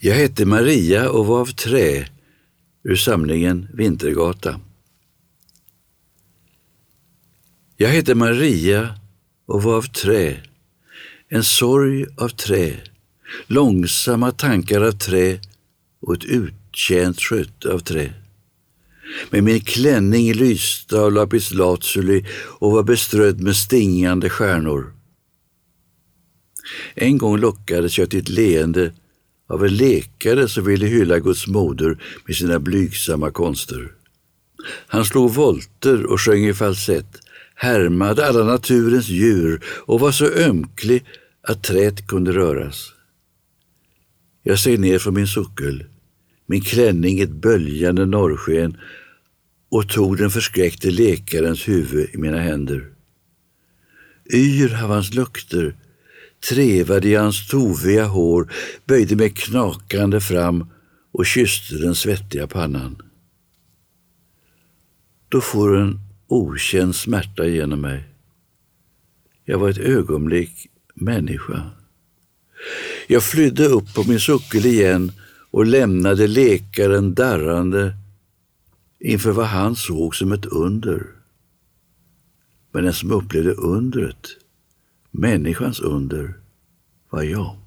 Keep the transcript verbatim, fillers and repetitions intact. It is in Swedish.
Jag hette Maria och var av trä, ur samlingen Vintergata. Jag hette Maria och var av trä, en sorg av trä, långsamma tankar av trä och ett uttjänt sköte av trä. Med min klänning lyste av lapislazuli och var beströdd med stingande stjärnor. En gång lockades jag till ett leende av en läkare som ville hylla Guds moder med sina blygsamma konster. Han slog volter och sjöng i falsett, härmade alla naturens djur och var så ömklig att träet kunde röras. Jag steg ner från min sockel, min klänning ett böljande norrsken, och tog den förskräckte läkarens huvud i mina händer. Yr av hans lukter, trevade i hans toviga hår, böjde mig knakande fram och kysste den svettiga pannan. Då får en okänd smärta genom mig. Jag var ett ögonblick människa. Jag flydde upp på min sockel igen och lämnade läkaren darrande inför vad han såg som ett under. Men den som upplevde undret, människans under, var jag.